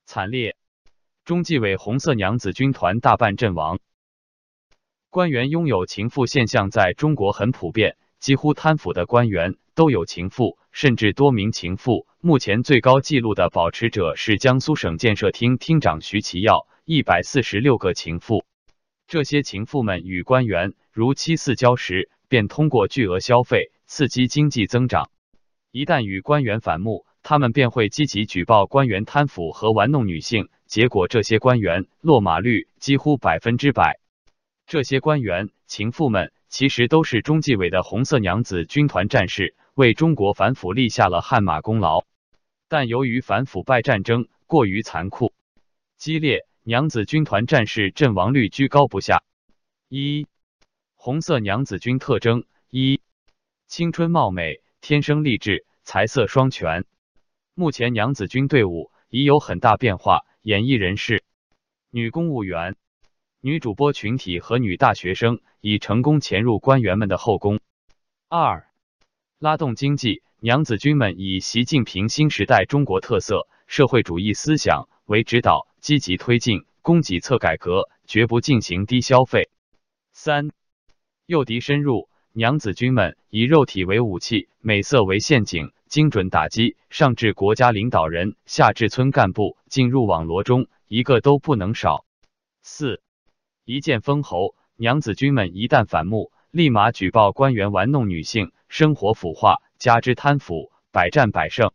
惨烈，中纪委红色娘子军团大半阵亡。官员拥有情妇现象在中国很普遍，几乎贪腐的官员都有情妇，甚至多名情妇。目前最高纪录的保持者是江苏省建设厅厅长徐其耀，146个情妇。这些情妇们与官员如漆似胶时，便通过巨额消费刺激经济增长。一旦与官员反目，他们便会积极举报官员贪腐和玩弄女性，结果这些官员落马率几乎100%。这些官员、情妇们其实都是中纪委的红色娘子军团战士，为中国反腐立下了汗马功劳。但由于反腐败战争过于残酷、激烈，娘子军团战士阵亡率居高不下。红色娘子军特征：青春貌美，天生丽质，才色双全。目前娘子军队伍已有很大变化，演艺人士、女公务员、女主播群体和女大学生已成功潜入官员们的后宫。拉动经济，娘子军们以习近平新时代中国特色社会主义思想为指导，积极推进供给侧改革，绝不进行低消费。诱敌深入，娘子军们以肉体为武器，美色为陷阱，精准打击，上至国家领导人，下至村干部，进入网罗中，一个都不能少。一剑封喉，娘子军们一旦反目，立马举报官员玩弄女性，生活腐化，加之贪腐，百战百胜。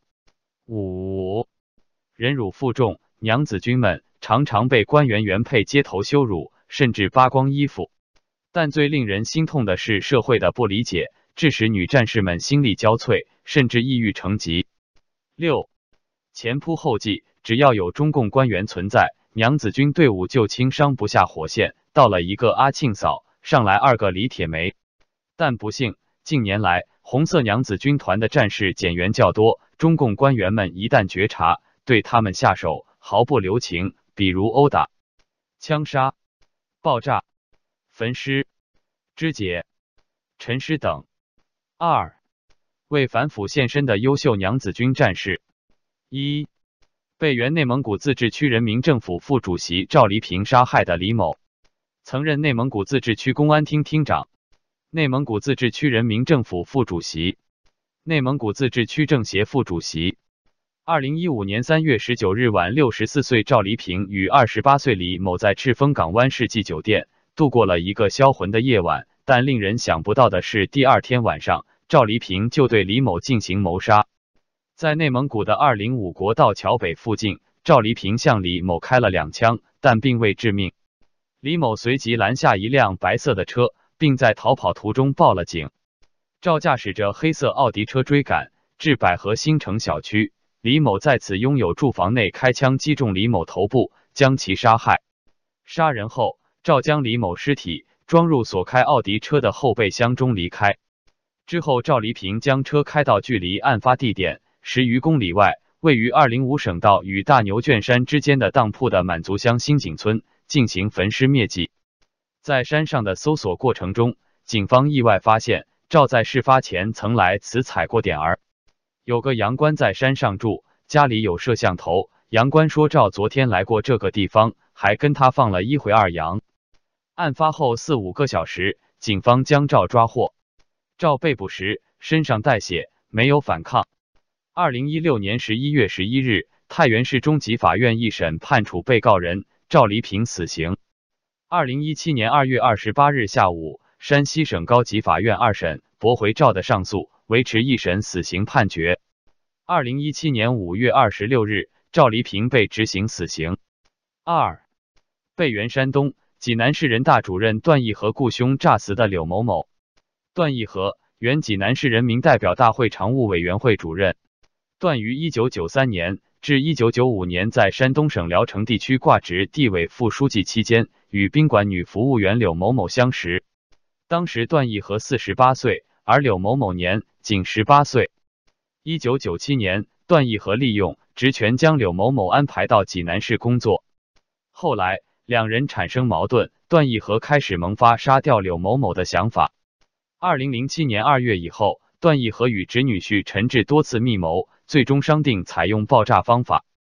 忍辱负重，娘子军们常常被官员原配街头羞辱，甚至扒光衣服。但最令人心痛的是社会的不理解，致使女战士们心力交瘁，甚至抑郁成疾。前仆后继，只要有中共官员存在，娘子军队伍就轻伤不下火线，到了一个阿庆嫂，上来2个李铁梅。但不幸，近年来红色娘子军团的战士减员较多，中共官员们一旦觉察，对他们下手毫不留情，比如殴打、枪杀、爆炸、焚尸、肢解、沉尸等。为反腐献身的优秀娘子军战士。被原内蒙古自治区人民政府副主席赵黎平杀害的李某，曾任内蒙古自治区公安厅厅长、内蒙古自治区人民政府副主席、内蒙古自治区政协副主席。2015年3月19日晚，64岁赵黎平与28岁李某在赤峰港湾世纪酒店度过了一个销魂的夜晚，但令人想不到的是，第二天晚上，赵黎平就对李某进行谋杀。在内蒙古的205国道桥北附近，赵黎平向李某开了2枪，但并未致命。李某随即拦下一辆白色的车，并在逃跑途中报了警。赵驾驶着黑色奥迪车追赶至百合新城小区，李某在此拥有住房内开枪击中李某头部，将其杀害。杀人后，赵将李某尸体装入所开奥迪车的后备箱中离开。之后，赵黎平将车开到距离案发地点10余公里外，位于205省道与大牛圈山之间的当铺的满族乡新井村进行焚尸灭迹。在山上的搜索过程中，警方意外发现赵在事发前曾来此踩过点儿。有个洋官在山上住，家里有摄像头。洋官说赵昨天来过这个地方，还跟他放了1回2洋。案发后4、5个小时，警方将赵抓获。赵被捕时身上带血，没有反抗。2016年11月11日，太原市中级法院一审判处被告人赵黎平死刑。2017年2月28日下午，山西省高级法院2审驳回赵的上诉，维持一审死刑判决。2017年5月26日，赵黎平被执行死刑。被原山东济南市人大主任段义和雇凶诈死的柳某某。段义和，原济南市人民代表大会常务委员会主任。段于1993年至1995年在山东省聊城地区挂职地委副书记期间，与宾馆女服务员柳某某相识。当时段义和48岁，而柳某某年仅18岁。1997年，段义和利用职权将柳某某安排到济南市工作。后来，两人产生矛盾，段义和开始萌发杀掉柳某某的想法。2007年2月以后，段义和与侄女婿陈志多次密谋，最终商定采用爆炸方法。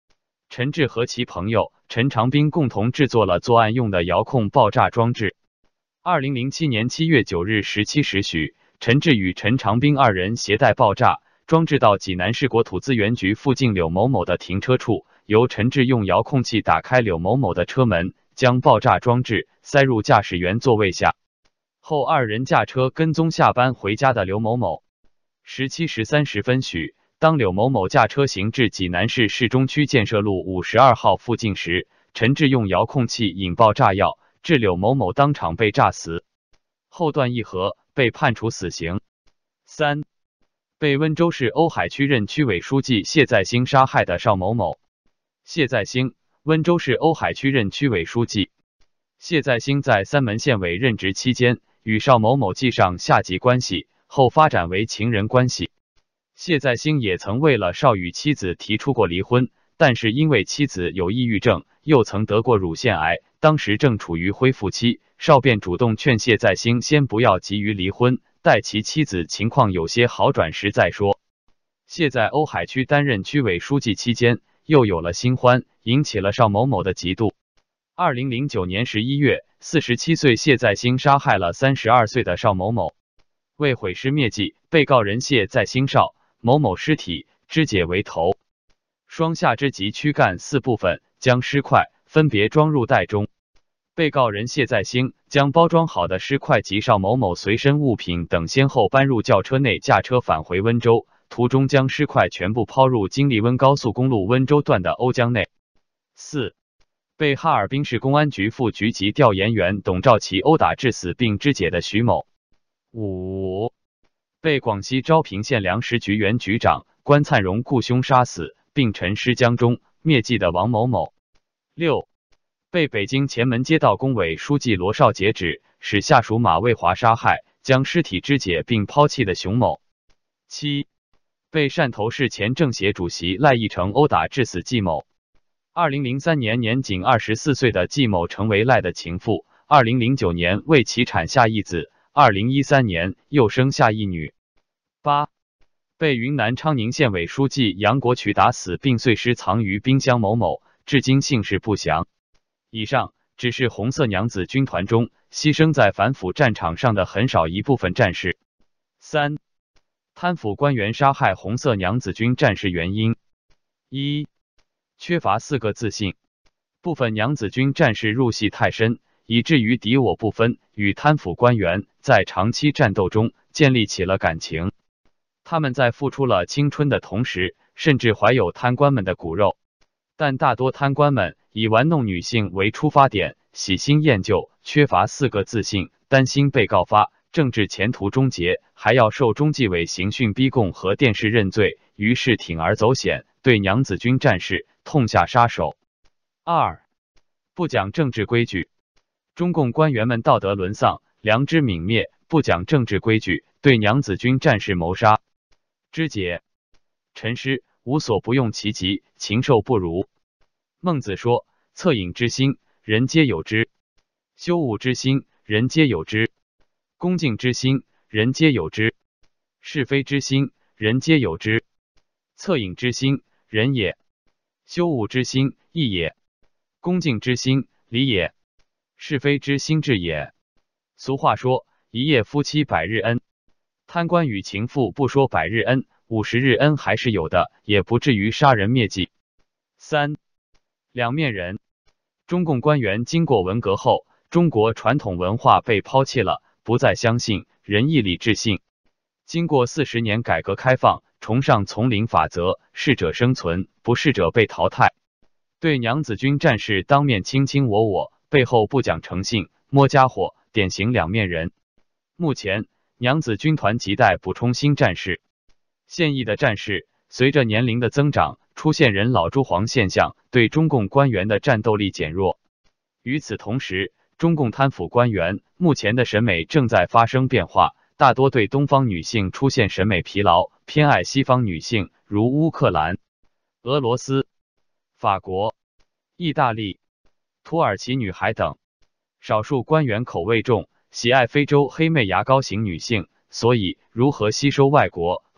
陈志和其朋友陈长斌共同制作了作案用的遥控爆炸装置。2007年7月9日17时许，陈志与陈长斌二人携带爆炸装置到济南市国土资源局附近柳某某的停车处，由陈志用遥控器打开柳某某的车门，将爆炸装置塞入驾驶员座位下。后二人驾车跟踪下班回家的刘某某。17时30分许，当柳某某驾车行至济南市市中区建设路52号附近时，陈志用遥控器引爆炸药，致柳某某当场被炸死。后段议和，被判处死刑。3. 被温州市瓯海区任区委书记谢在兴杀害的邵某某。谢在兴，温州市瓯海区任区委书记。谢在兴在三门县委任职期间，与邵某某系上下级关系，后发展为情人关系。谢在兴也曾为了邵与妻子提出过离婚，但是因为妻子有抑郁症，又曾得过乳腺癌，当时正处于恢复期，邵便主动劝谢在兴先不要急于离婚，待其妻子情况有些好转时再说。谢在瓯海区担任区委书记期间，又有了新欢，引起了邵某某的嫉妒。2009年11月，47岁谢在兴杀害了32岁的邵某某。为毁尸灭迹，被告人谢在兴邵某某尸体肢解为头、双下肢及躯干4部分，将尸块分别装入袋中。被告人谢在兴将包装好的尸块及邵某某随身物品等先后搬入轿车内，驾车返回温州，途中将尸块全部抛入经历温高速公路温州段的瓯江内。4. 被哈尔滨市公安局副局级调研员董兆奇殴打致死并肢解的徐某。5. 被广西昭平县粮食局原局长关灿荣雇凶杀死并沉尸江中灭迹的王某某。6. 被北京前门街道工委书记罗少杰指使下属马卫华杀害，将尸体肢解并抛弃的熊某。7. 被汕头市前政协主席赖义成殴打致死季某。2003年年仅24岁的季某成为赖的情妇，2009年为其产下一子，2013年又生下一女。8. 被云南昌宁县委书记杨国渠打死并碎尸藏于冰箱某某，至今姓氏不详。以上只是红色娘子军团中牺牲在反腐战场上的很少一部分战士。3. 贪腐官员杀害红色娘子军战士原因。1. 缺乏4个自信。部分娘子军战士入戏太深，以至于敌我不分，与贪腐官员在长期战斗中建立起了感情。他们在付出了青春的同时，甚至怀有贪官们的骨肉。但大多贪官们以玩弄女性为出发点，喜新厌旧，缺乏4个自信，担心被告发，政治前途终结，还要受中纪委刑讯逼供和电视认罪，于是铤而走险，对娘子军战士痛下杀手。2. 不讲政治规矩。中共官员们道德沦丧，良知泯灭，不讲政治规矩，对娘子军战士谋杀、肢解、沉尸，无所不用其极，禽兽不如。孟子说：恻隐之心，人皆有之；羞恶之心，人皆有之；恭敬之心，人皆有之；是非之心，人皆有之。恻隐之心，仁也；羞恶之心，义也；恭敬之心，礼也；是非之心，智也。俗话说：一夜夫妻百日恩。贪官与情妇不说百日恩，50日恩还是有的，也不至于杀人灭迹。3. 两面人。中共官员经过文革后，中国传统文化被抛弃了，不再相信仁义礼智信。经过40年改革开放，崇尚丛林法则，适者生存，不适者被淘汰。对娘子军战士当面卿卿我我，背后不讲诚信，摸家伙，典型两面人。目前娘子军团亟待补充新战士。现役的战士随着年龄的增长，出现人老珠黄现象，对中共官员的战斗力减弱。与此同时，中共贪腐官员目前的审美正在发生变化，大多对东方女性出现审美疲劳，偏爱西方女性，如乌克兰、俄罗斯、法国、意大利、土耳其女孩等。少数官员口味重，喜爱非洲黑妹牙膏型女性，所以如何吸收外国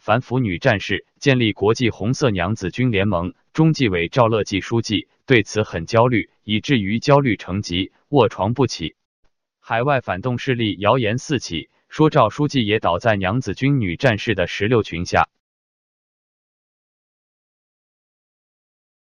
反腐女战士，建立国际红色娘子军联盟。中纪委赵乐际书记对此很焦虑，以至于焦虑成疾，卧床不起。海外反动势力谣言四起，说赵书记也倒在娘子军女战士的石榴裙下。